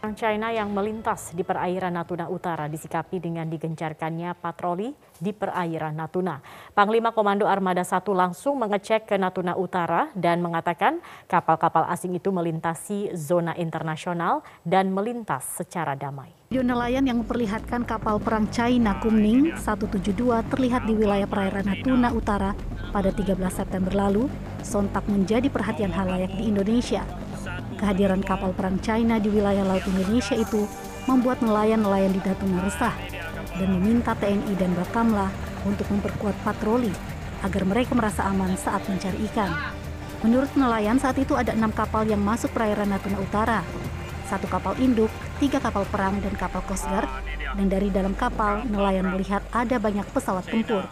China yang melintas di perairan Natuna Utara disikapi dengan digencarkannya patroli di perairan Natuna. Panglima Komando Armada 1 langsung mengecek ke Natuna Utara dan mengatakan kapal-kapal asing itu melintasi zona internasional dan melintas secara damai. Video nelayan yang memperlihatkan kapal perang China Kunming 172 terlihat di wilayah perairan Natuna Utara pada 13 September lalu, sontak menjadi perhatian halayak di Indonesia. Kehadiran kapal perang China di wilayah laut Indonesia itu membuat nelayan-nelayan di Natuna resah dan meminta TNI dan Bakamla untuk memperkuat patroli agar mereka merasa aman saat mencari ikan. Menurut nelayan, saat itu ada 6 kapal yang masuk perairan Natuna Utara, 1 kapal induk, 3 kapal perang dan kapal Coast Guard, dan dari dalam kapal nelayan melihat ada banyak pesawat tempur.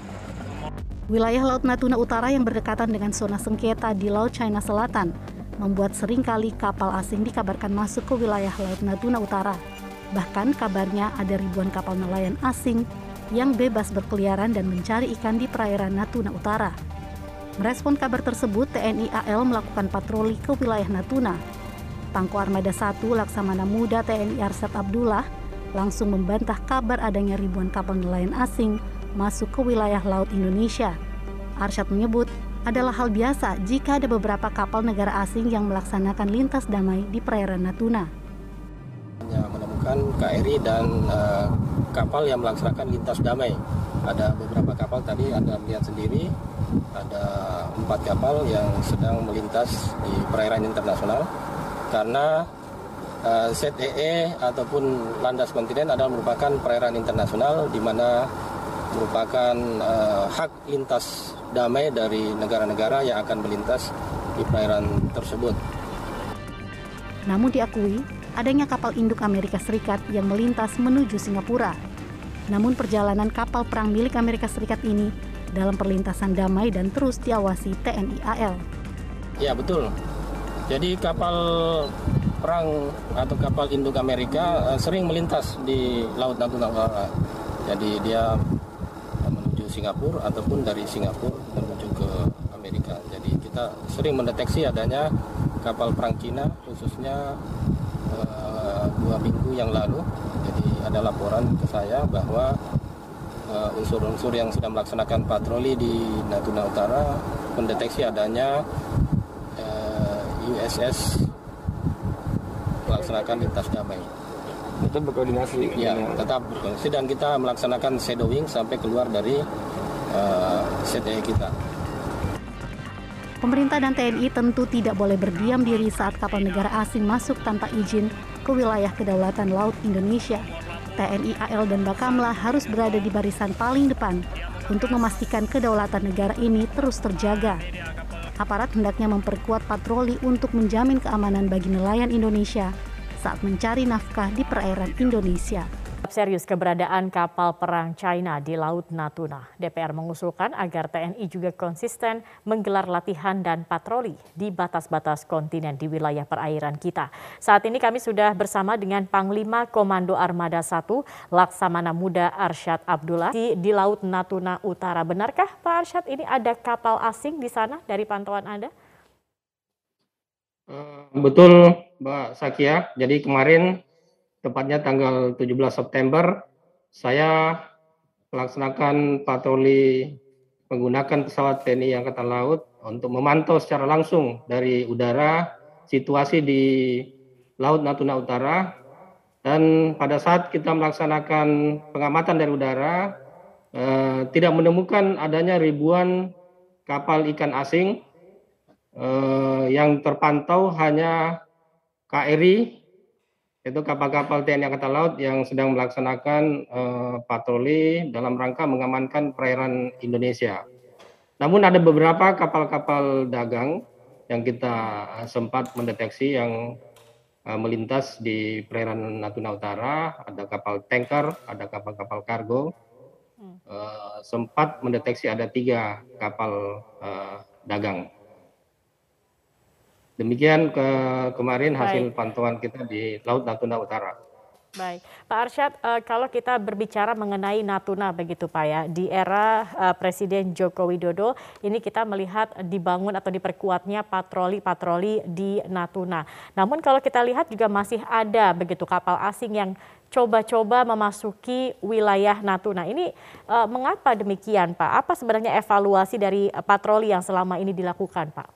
Wilayah Laut Natuna Utara yang berdekatan dengan zona sengketa di Laut China Selatan membuat seringkali kapal asing dikabarkan masuk ke wilayah Laut Natuna Utara. Bahkan kabarnya ada ribuan kapal nelayan asing yang bebas berkeliaran dan mencari ikan di perairan Natuna Utara. Merespon kabar tersebut, TNI AL melakukan patroli ke wilayah Natuna. Pangko Armada 1 Laksamana Muda TNI Arsyad Abdullah langsung membantah kabar adanya ribuan kapal nelayan asing masuk ke wilayah laut Indonesia. Arsyad menyebut adalah hal biasa jika ada beberapa kapal negara asing yang melaksanakan lintas damai di perairan Natuna. Menemukan KRI dan kapal yang melaksanakan lintas damai. Ada beberapa kapal tadi Anda lihat sendiri, ada 4 kapal yang sedang melintas di perairan internasional karena ZEE ataupun landas kontinen adalah merupakan perairan internasional di mana merupakan hak lintas damai dari negara-negara yang akan melintas di perairan tersebut. Namun diakui, adanya kapal induk Amerika Serikat yang melintas menuju Singapura. Namun perjalanan kapal perang milik Amerika Serikat ini dalam perlintasan damai dan terus diawasi TNI AL. Ya betul. Jadi kapal perang atau kapal induk Amerika sering melintas di Laut Natuna Utara. Jadi dia menuju Singapura ataupun dari Singapura menuju ke Amerika. Jadi kita sering mendeteksi adanya kapal perang Cina, khususnya 2 minggu yang lalu. Jadi ada laporan ke saya bahwa unsur-unsur yang sedang melaksanakan patroli di Natuna Utara mendeteksi adanya USS melaksanakan lintas damai. Tetap berkoordinasi? Ya, tetap berkoordinasi dan kita melaksanakan shadowing sampai keluar dari ZEE kita. Pemerintah dan TNI tentu tidak boleh berdiam diri saat kapal negara asing masuk tanpa izin ke wilayah kedaulatan laut Indonesia. TNI AL dan Bakamla harus berada di barisan paling depan untuk memastikan kedaulatan negara ini terus terjaga. Aparat hendaknya memperkuat patroli untuk menjamin keamanan bagi nelayan Indonesia saat mencari nafkah di perairan Indonesia. Serius keberadaan kapal perang China di Laut Natuna. DPR mengusulkan agar TNI juga konsisten menggelar latihan dan patroli di batas-batas kontinen di wilayah perairan kita. Saat ini kami sudah bersama dengan Panglima Komando Armada 1 Laksamana Muda Arsyad Abdullah di Laut Natuna Utara. Benarkah Pak Arsyad ini ada kapal asing di sana dari pantauan Anda? Betul Mbak Sakia, jadi kemarin tepatnya tanggal 17 September saya melaksanakan patroli menggunakan pesawat TNI Angkatan Laut untuk memantau secara langsung dari udara situasi di Laut Natuna Utara, dan pada saat kita melaksanakan pengamatan dari udara tidak menemukan adanya ribuan kapal ikan asing. Yang terpantau hanya KRI, yaitu kapal-kapal TNI Angkatan Laut yang sedang melaksanakan patroli dalam rangka mengamankan perairan Indonesia. Namun ada beberapa kapal-kapal dagang yang kita sempat mendeteksi yang melintas di perairan Natuna Utara, ada kapal tanker, ada kapal-kapal kargo. Sempat mendeteksi ada 3 kapal dagang. Demikian kemarin hasil pantauan kita di Laut Natuna Utara. Baik, Pak Arsyad, kalau kita berbicara mengenai Natuna begitu Pak ya, di era Presiden Joko Widodo ini kita melihat dibangun atau diperkuatnya patroli-patroli di Natuna. Namun kalau kita lihat juga masih ada begitu kapal asing yang coba-coba memasuki wilayah Natuna. Ini mengapa demikian Pak? Apa sebenarnya evaluasi dari patroli yang selama ini dilakukan Pak?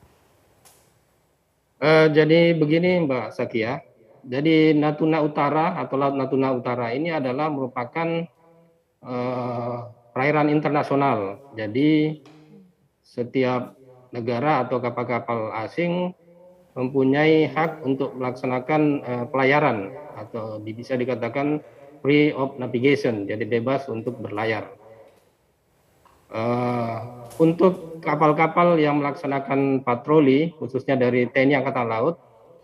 Jadi begini Mbak Sakia. Jadi Natuna Utara atau Laut Natuna Utara ini adalah merupakan perairan internasional. Jadi setiap negara atau kapal-kapal asing mempunyai hak untuk melaksanakan pelayaran atau bisa dikatakan free of navigation, jadi bebas untuk berlayar. Untuk kapal-kapal yang melaksanakan patroli, khususnya dari TNI Angkatan Laut,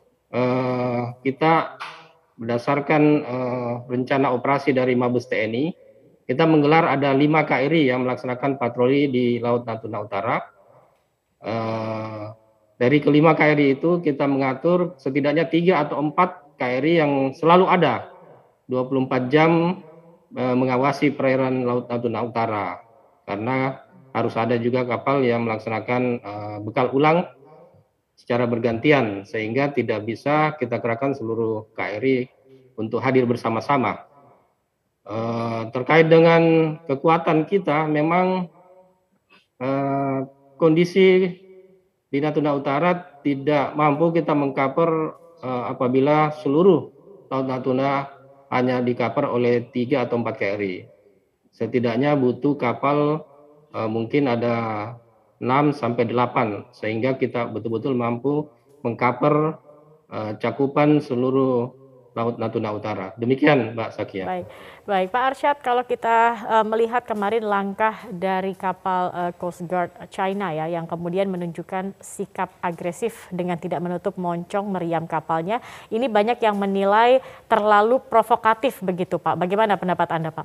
kita berdasarkan rencana operasi dari Mabes TNI, kita menggelar ada 5 KRI yang melaksanakan patroli di Laut Natuna Utara. Dari kelima KRI itu kita mengatur setidaknya 3 atau 4 KRI yang selalu ada 24 jam mengawasi perairan Laut Natuna Utara, karena harus ada juga kapal yang melaksanakan bekal ulang secara bergantian, sehingga tidak bisa kita kerahkan seluruh KRI untuk hadir bersama-sama. Terkait dengan kekuatan kita, memang kondisi di Natuna Utara tidak mampu kita mengcover apabila seluruh Laut Natuna hanya di-cover oleh 3 atau 4 KRI. Setidaknya butuh kapal mungkin ada 6 sampai 8, sehingga kita betul-betul mampu mengcover cakupan seluruh Laut Natuna Utara. Demikian Mbak Sakia. Baik Pak Arsyad, kalau kita melihat kemarin langkah dari kapal Coast Guard China ya, yang kemudian menunjukkan sikap agresif dengan tidak menutup moncong meriam kapalnya, ini banyak yang menilai terlalu provokatif begitu Pak. Bagaimana pendapat Anda Pak?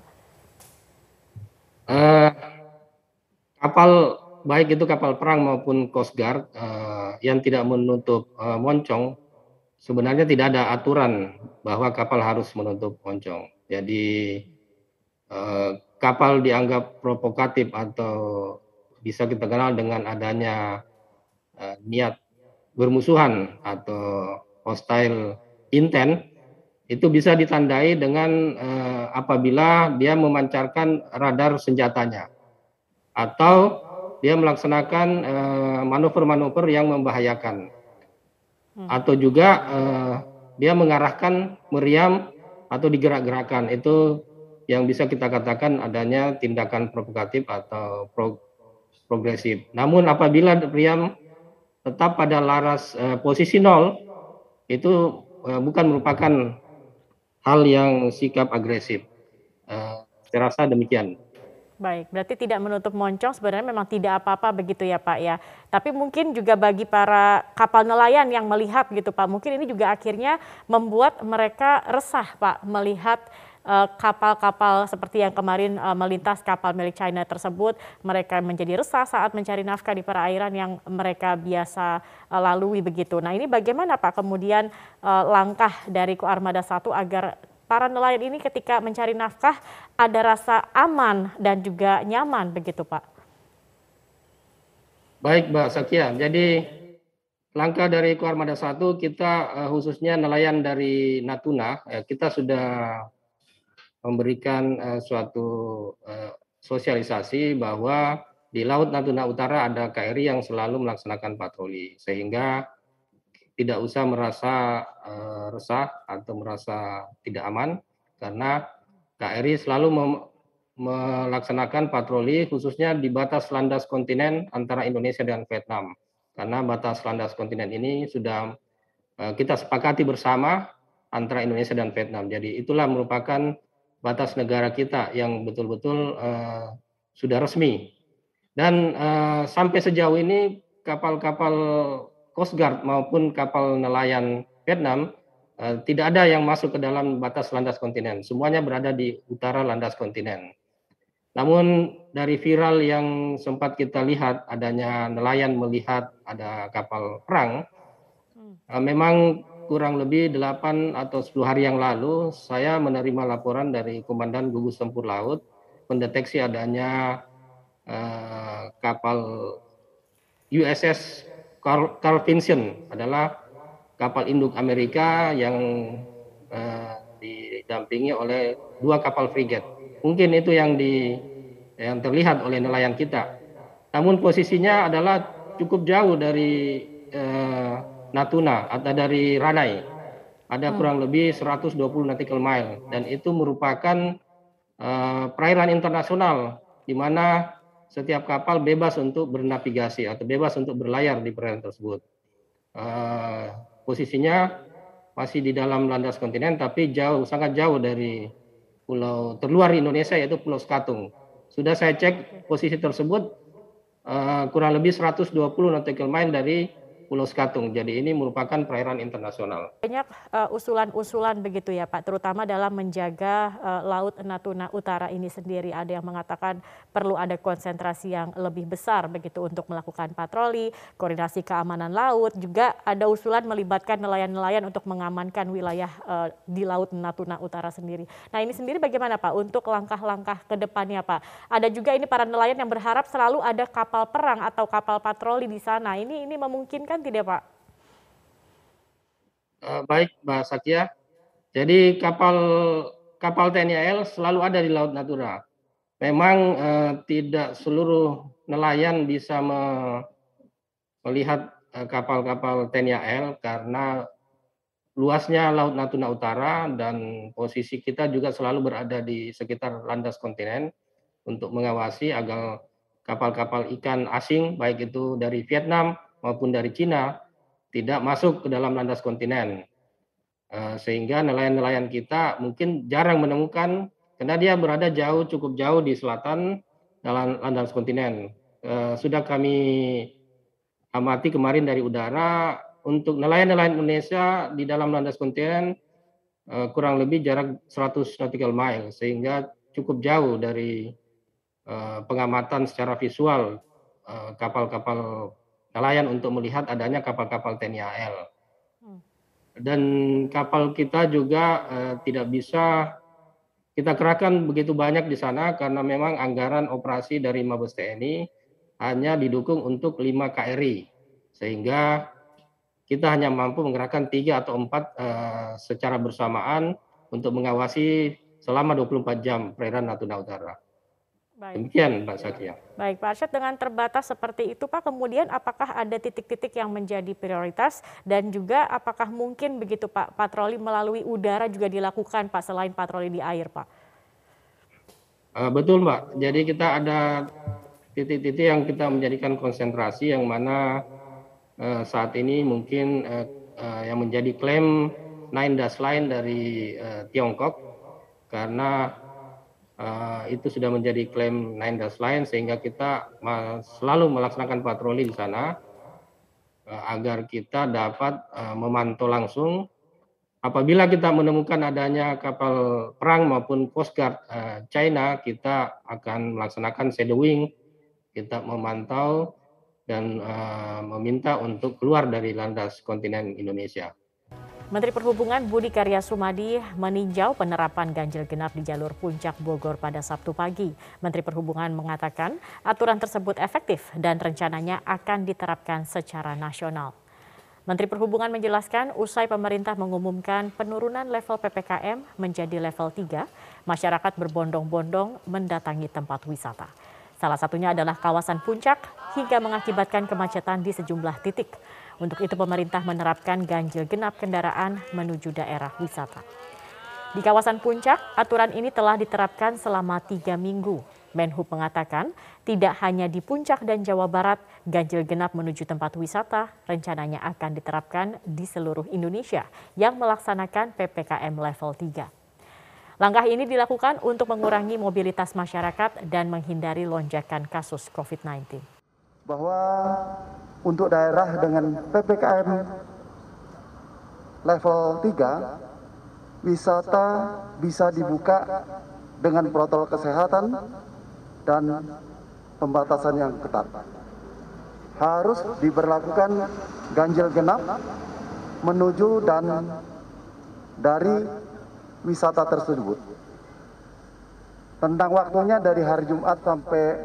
Kapal baik itu kapal perang maupun Coast Guard yang tidak menutup moncong, sebenarnya tidak ada aturan bahwa kapal harus menutup moncong. Jadi kapal dianggap provokatif atau bisa kita kenal dengan adanya niat bermusuhan atau hostile intent, itu bisa ditandai dengan apabila dia memancarkan radar senjatanya atau dia melaksanakan manuver-manuver yang membahayakan, atau juga dia mengarahkan meriam atau digerak-gerakkan. Itu yang bisa kita katakan adanya tindakan provokatif atau progresif. Namun apabila meriam tetap pada laras posisi 0, itu bukan merupakan hal yang sikap agresif. Saya rasa demikian. Baik, berarti tidak menutup moncong sebenarnya memang tidak apa-apa begitu ya Pak ya. Tapi mungkin juga bagi para kapal nelayan yang melihat gitu Pak, mungkin ini juga akhirnya membuat mereka resah Pak melihat kapal-kapal seperti yang kemarin melintas kapal milik China tersebut. Mereka menjadi resah saat mencari nafkah di perairan yang mereka biasa lalui begitu. Nah ini bagaimana Pak kemudian langkah dari Koarmada 1 agar para nelayan ini ketika mencari nafkah ada rasa aman dan juga nyaman begitu Pak? Baik Mbak Sakia, jadi langkah dari Koarmada 1 kita khususnya nelayan dari Natuna, kita sudah memberikan suatu sosialisasi bahwa di Laut Natuna Utara ada KRI yang selalu melaksanakan patroli, sehingga tidak usah merasa resah atau merasa tidak aman, karena KRI selalu melaksanakan patroli khususnya di batas landas kontinen antara Indonesia dan Vietnam. Karena batas landas kontinen ini sudah kita sepakati bersama antara Indonesia dan Vietnam. Jadi itulah merupakan batas negara kita yang betul-betul sudah resmi. Dan sampai sejauh ini kapal-kapal Coast Guard maupun kapal nelayan Vietnam tidak ada yang masuk ke dalam batas landas kontinen. Semuanya berada di utara landas kontinen. Namun dari viral yang sempat kita lihat adanya nelayan melihat ada kapal perang, memang kurang lebih 8 atau 10 hari yang lalu, saya menerima laporan dari Komandan Gugus Tempur Laut mendeteksi adanya kapal USS Carl Vinson, adalah kapal induk Amerika yang didampingi oleh 2 kapal frigat. Mungkin itu yang terlihat oleh nelayan kita. Namun posisinya adalah cukup jauh dari Natuna atau dari Ranai. Ada kurang lebih 120 nautical mile, dan itu merupakan perairan internasional di mana setiap kapal bebas untuk bernavigasi atau bebas untuk berlayar di perairan tersebut. Posisinya masih di dalam landas kontinen, tapi sangat jauh dari pulau terluar Indonesia, yaitu Pulau Skatung. Sudah saya cek posisi tersebut kurang lebih 120 nautical mile dari Pulau Skatung. Jadi ini merupakan perairan internasional. Banyak usulan-usulan begitu ya Pak, terutama dalam menjaga Laut Natuna Utara ini sendiri. Ada yang mengatakan perlu ada konsentrasi yang lebih besar begitu untuk melakukan patroli, koordinasi keamanan laut. Juga ada usulan melibatkan nelayan-nelayan untuk mengamankan wilayah di Laut Natuna Utara sendiri. Nah ini sendiri bagaimana Pak untuk langkah-langkah ke depannya Pak? Ada juga ini para nelayan yang berharap selalu ada kapal perang atau kapal patroli di sana. Ini memungkinkan tidak Pak? Baik Mbak Sakia, jadi kapal TNI AL selalu ada di Laut Natuna. Memang tidak seluruh nelayan bisa melihat kapal-kapal TNI AL karena luasnya Laut Natuna Utara, dan posisi kita juga selalu berada di sekitar landas kontinen untuk mengawasi agar kapal-kapal ikan asing baik itu dari Vietnam maupun dari Cina tidak masuk ke dalam landas kontinen, sehingga nelayan-nelayan kita mungkin jarang menemukan karena dia berada cukup jauh di selatan dalam landas kontinen. Sudah kami amati kemarin dari udara, untuk nelayan-nelayan Indonesia di dalam landas kontinen kurang lebih jarak 100 nautical mile, sehingga cukup jauh dari pengamatan secara visual kapal-kapal nelayan untuk melihat adanya kapal-kapal TNI AL. Dan kapal kita juga tidak bisa kita kerahkan begitu banyak di sana karena memang anggaran operasi dari Mabes TNI hanya didukung untuk 5 KRI, sehingga kita hanya mampu mengerahkan 3 atau 4 secara bersamaan untuk mengawasi selama 24 jam perairan Natuna Utara. Baik. Demikian Mbak Sakia. Baik Pak Arsyad, dengan terbatas seperti itu Pak, kemudian apakah ada titik-titik yang menjadi prioritas, dan juga apakah mungkin begitu Pak patroli melalui udara juga dilakukan Pak selain patroli di air Pak? Betul Mbak, jadi kita ada titik-titik yang kita menjadikan konsentrasi, yang mana saat ini mungkin yang menjadi klaim 9 dash line dari Tiongkok, karena itu sudah menjadi klaim 9 dash line, sehingga kita selalu melaksanakan patroli di sana agar kita dapat memantau langsung. Apabila kita menemukan adanya kapal perang maupun Coast Guard China, kita akan melaksanakan shadowing, kita memantau dan meminta untuk keluar dari landas kontinen Indonesia. Menteri Perhubungan Budi Karya Sumadi meninjau penerapan ganjil genap di jalur Puncak Bogor pada Sabtu pagi. Menteri Perhubungan mengatakan aturan tersebut efektif dan rencananya akan diterapkan secara nasional. Menteri Perhubungan menjelaskan usai pemerintah mengumumkan penurunan level PPKM menjadi level 3, masyarakat berbondong-bondong mendatangi tempat wisata. Salah satunya adalah kawasan Puncak, hingga mengakibatkan kemacetan di sejumlah titik. Untuk itu pemerintah menerapkan ganjil genap kendaraan menuju daerah wisata. Di kawasan Puncak, aturan ini telah diterapkan selama 3 minggu. Menhub mengatakan tidak hanya di Puncak dan Jawa Barat, ganjil genap menuju tempat wisata rencananya akan diterapkan di seluruh Indonesia yang melaksanakan PPKM level 3. Langkah ini dilakukan untuk mengurangi mobilitas masyarakat dan menghindari lonjakan kasus COVID-19. Bahwa untuk daerah dengan PPKM level 3, wisata bisa dibuka dengan protokol kesehatan dan pembatasan yang ketat. Harus diberlakukan ganjil genap menuju dan dari wisata tersebut. Tentang waktunya dari hari Jumat sampai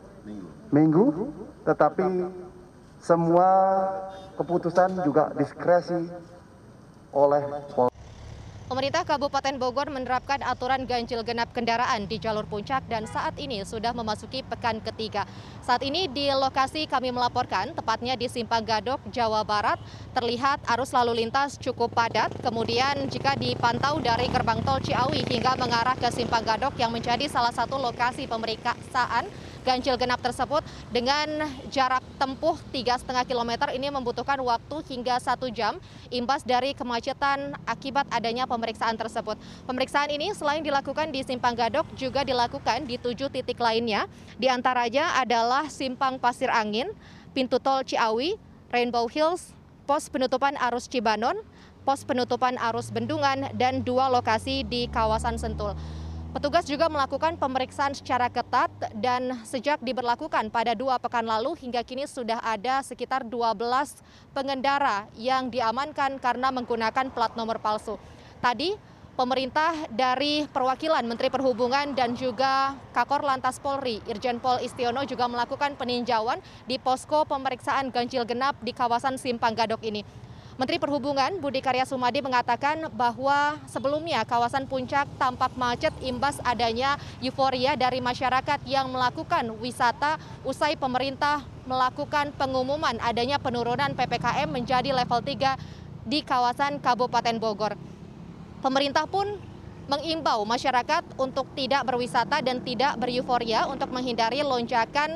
Minggu, tetapi semua keputusan juga diskresi oleh Polri. Pemerintah Kabupaten Bogor menerapkan aturan ganjil genap kendaraan di jalur puncak dan saat ini sudah memasuki pekan ketiga. Saat ini di lokasi kami melaporkan, tepatnya di Simpang Gadok, Jawa Barat, terlihat arus lalu lintas cukup padat. Kemudian jika dipantau dari gerbang tol Ciawi hingga mengarah ke Simpang Gadok yang menjadi salah satu lokasi pemeriksaan ganjil genap tersebut dengan jarak tempuh 3,5 km ini membutuhkan waktu hingga 1 jam imbas dari kemacetan akibat adanya pemeriksaan tersebut. Pemeriksaan ini selain dilakukan di Simpang Gadok juga dilakukan di 7 titik lainnya. Di antaranya adalah Simpang Pasir Angin, pintu tol Ciawi, Rainbow Hills, pos penutupan arus Cibanon, pos penutupan arus Bendungan, dan 2 lokasi di kawasan Sentul. Petugas juga melakukan pemeriksaan secara ketat dan sejak diberlakukan pada 2 pekan lalu hingga kini sudah ada sekitar 12 pengendara yang diamankan karena menggunakan plat nomor palsu. Tadi pemerintah dari perwakilan Menteri Perhubungan dan juga Kakor Lantas Polri, Irjen Pol Istiono juga melakukan peninjauan di posko pemeriksaan ganjil genap di kawasan Simpang Gadok ini. Menteri Perhubungan Budi Karya Sumadi mengatakan bahwa sebelumnya kawasan puncak tampak macet imbas adanya euforia dari masyarakat yang melakukan wisata usai pemerintah melakukan pengumuman adanya penurunan PPKM menjadi level 3 di kawasan Kabupaten Bogor. Pemerintah pun mengimbau masyarakat untuk tidak berwisata dan tidak bereuforia untuk menghindari lonjakan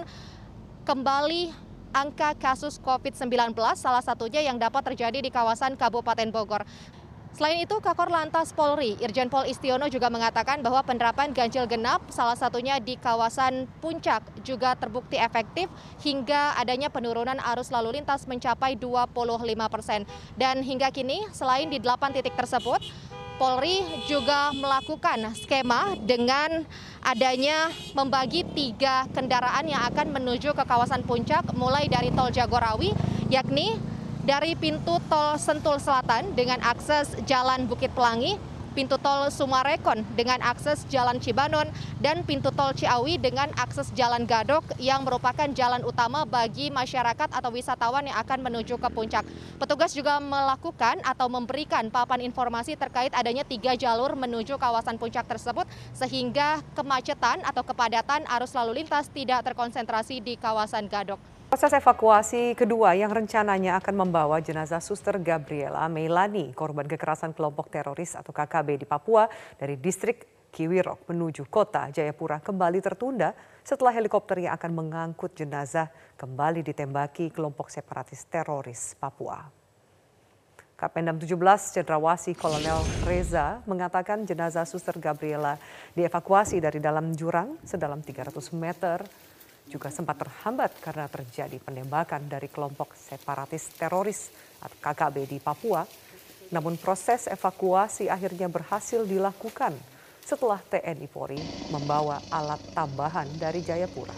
kembali angka kasus COVID-19, salah satunya yang dapat terjadi di kawasan Kabupaten Bogor. Selain itu, Kakor Lantas Polri, Irjen Pol Istiono juga mengatakan bahwa penerapan ganjil genap, salah satunya di kawasan puncak, juga terbukti efektif hingga adanya penurunan arus lalu lintas mencapai 25%. Dan hingga kini, selain di 8 titik tersebut, Polri juga melakukan skema dengan adanya membagi 3 kendaraan yang akan menuju ke kawasan puncak mulai dari tol Jagorawi, yakni dari pintu tol Sentul Selatan dengan akses Jalan Bukit Pelangi, pintu tol Sumarekon dengan akses Jalan Cibanon, dan pintu tol Ciawi dengan akses Jalan Gadok yang merupakan jalan utama bagi masyarakat atau wisatawan yang akan menuju ke puncak. Petugas juga melakukan atau memberikan papan informasi terkait adanya 3 jalur menuju kawasan puncak tersebut sehingga kemacetan atau kepadatan arus lalu lintas tidak terkonsentrasi di kawasan Gadok. Proses evakuasi kedua yang rencananya akan membawa jenazah Suster Gabriela Meilani, korban kekerasan kelompok teroris atau KKB di Papua dari distrik Kiwirok menuju kota Jayapura kembali tertunda setelah helikopter yang akan mengangkut jenazah kembali ditembaki kelompok separatis teroris Papua. Kapendam 17 Cendrawasih Kolonel Reza mengatakan jenazah Suster Gabriela dievakuasi dari dalam jurang sedalam 300 meter juga sempat terhambat karena terjadi penembakan dari kelompok separatis teroris atau KKB di Papua. Namun proses evakuasi akhirnya berhasil dilakukan setelah TNI Polri membawa alat tambahan dari Jayapura.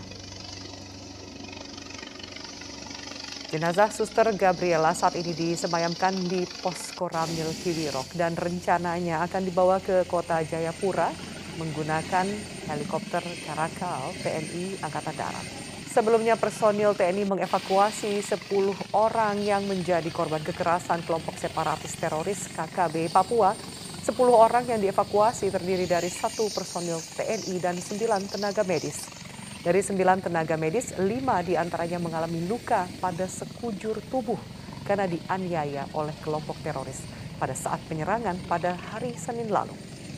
Jenazah Suster Gabriela saat ini disemayamkan di Posko Ramil Kiwirok dan rencananya akan dibawa ke kota Jayapura menggunakan helikopter Karakal TNI Angkatan Darat. Sebelumnya personil TNI mengevakuasi 10 orang yang menjadi korban kekerasan kelompok separatis teroris KKB Papua. 10 orang yang dievakuasi terdiri dari 1 personil TNI dan 9 tenaga medis. Dari 9 tenaga medis, 5 diantaranya mengalami luka pada sekujur tubuh karena dianiaya oleh kelompok teroris pada saat penyerangan pada hari Senin lalu.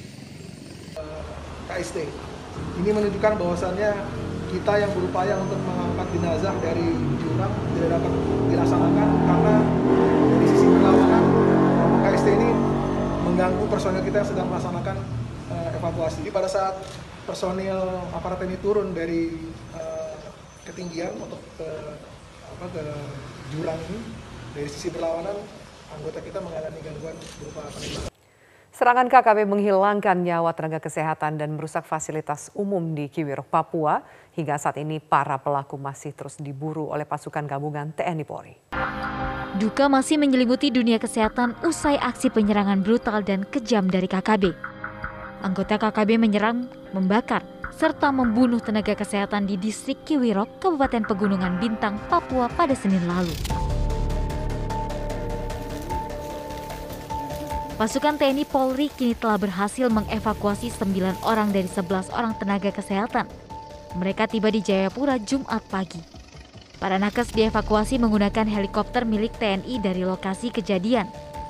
KST. Ini menunjukkan bahwasannya kita yang berupaya untuk mengangkat jenazah dari jurang tidak dapat dilaksanakan karena dari sisi perlawanan KST ini mengganggu personil kita yang sedang melaksanakan evakuasi. Jadi pada saat personil aparat TNI turun dari ketinggian untuk ke jurang ini, dari sisi perlawanan anggota kita mengalami gangguan berupa penembakan. Serangan KKB menghilangkan nyawa tenaga kesehatan dan merusak fasilitas umum di Kiwirok, Papua. Hingga saat ini para pelaku masih terus diburu oleh pasukan gabungan TNI Polri. Duka masih menyelimuti dunia kesehatan usai aksi penyerangan brutal dan kejam dari KKB. Anggota KKB menyerang, membakar, serta membunuh tenaga kesehatan di distrik Kiwirok, Kabupaten Pegunungan Bintang, Papua pada Senin lalu. Pasukan TNI Polri kini telah berhasil mengevakuasi 9 orang dari 11 orang tenaga kesehatan. Mereka tiba di Jayapura Jumat pagi. Para nakes dievakuasi menggunakan helikopter milik TNI dari lokasi kejadian.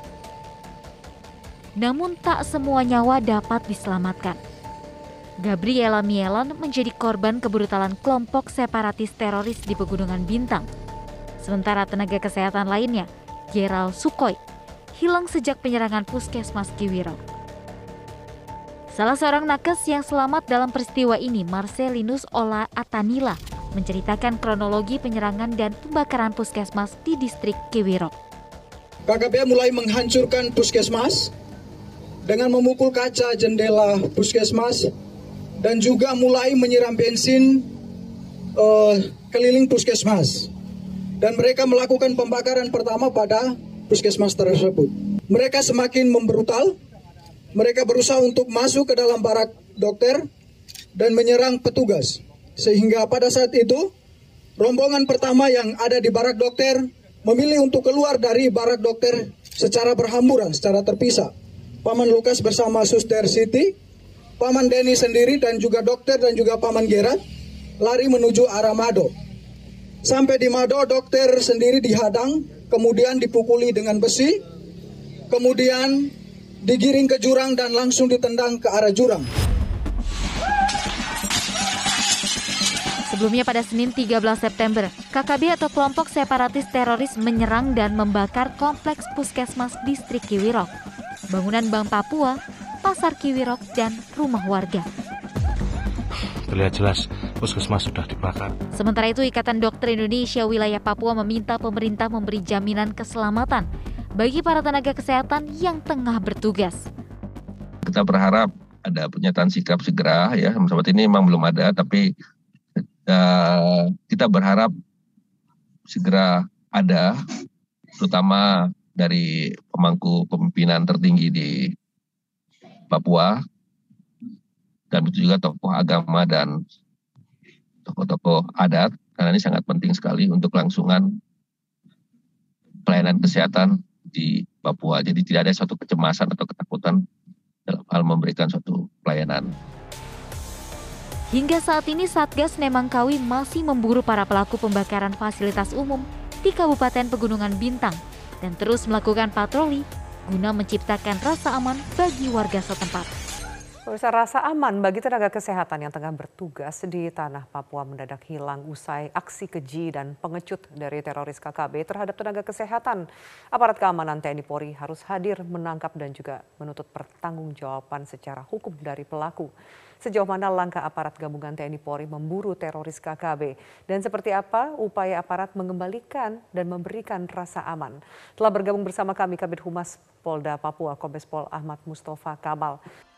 Namun tak semua nyawa dapat diselamatkan. Gabriela Mielan menjadi korban kebrutalan kelompok separatis teroris di Pegunungan Bintang. Sementara tenaga kesehatan lainnya, Gerald Sukhoi, hilang sejak penyerangan Puskesmas Kiwirok. Salah seorang nakes yang selamat dalam peristiwa ini, Marcelinus Ola Atanila, menceritakan kronologi penyerangan dan pembakaran puskesmas di distrik Kiwirok. KKB mulai menghancurkan puskesmas dengan memukul kaca jendela puskesmas dan juga mulai menyiram bensin keliling puskesmas. Dan mereka melakukan pembakaran pertama pada puskesmas tersebut. Mereka semakin membrutal, mereka berusaha untuk masuk ke dalam barak dokter dan menyerang petugas. Sehingga pada saat itu, rombongan pertama yang ada di barak dokter memilih untuk keluar dari barak dokter secara berhamburan, secara terpisah. Paman Lukas bersama Suster Siti, Paman Denny sendiri dan juga dokter dan juga Paman Gerard lari menuju arah Mado. Sampai di Mado, dokter sendiri dihadang, kemudian dipukuli dengan besi, kemudian digiring ke jurang dan langsung ditendang ke arah jurang. Sebelumnya pada Senin 13 September, KKB atau kelompok separatis teroris menyerang dan membakar kompleks puskesmas distrik Kiwirok, bangunan Bank Papua, pasar Kiwirok, dan rumah warga. Terlihat jelas puskesmas sudah dibakar. Sementara itu, Ikatan Dokter Indonesia Wilayah Papua meminta pemerintah memberi jaminan keselamatan bagi para tenaga kesehatan yang tengah bertugas. Kita berharap ada pernyataan sikap segera ya, saat ini memang belum ada, tapi kita berharap segera ada, terutama dari pemangku kepemimpinan tertinggi di Papua, dan itu juga tokoh agama dan tokoh-tokoh adat, karena ini sangat penting sekali untuk kelangsungan pelayanan kesehatan di Papua. Jadi tidak ada suatu kecemasan atau ketakutan dalam hal memberikan suatu pelayanan. Hingga saat ini Satgas Nemangkawi masih memburu para pelaku pembakaran fasilitas umum di Kabupaten Pegunungan Bintang dan terus melakukan patroli guna menciptakan rasa aman bagi warga setempat. Rasa aman bagi tenaga kesehatan yang tengah bertugas di tanah Papua mendadak hilang usai aksi keji dan pengecut dari teroris KKB terhadap tenaga kesehatan. Aparat keamanan TNI Polri harus hadir menangkap dan juga menuntut pertanggungjawaban secara hukum dari pelaku. Sejauh mana langkah aparat gabungan TNI Polri memburu teroris KKB dan seperti apa upaya aparat mengembalikan dan memberikan rasa aman. Telah bergabung bersama kami Kabid Humas Polda Papua Kombes Pol Ahmad Mustafa Kamal.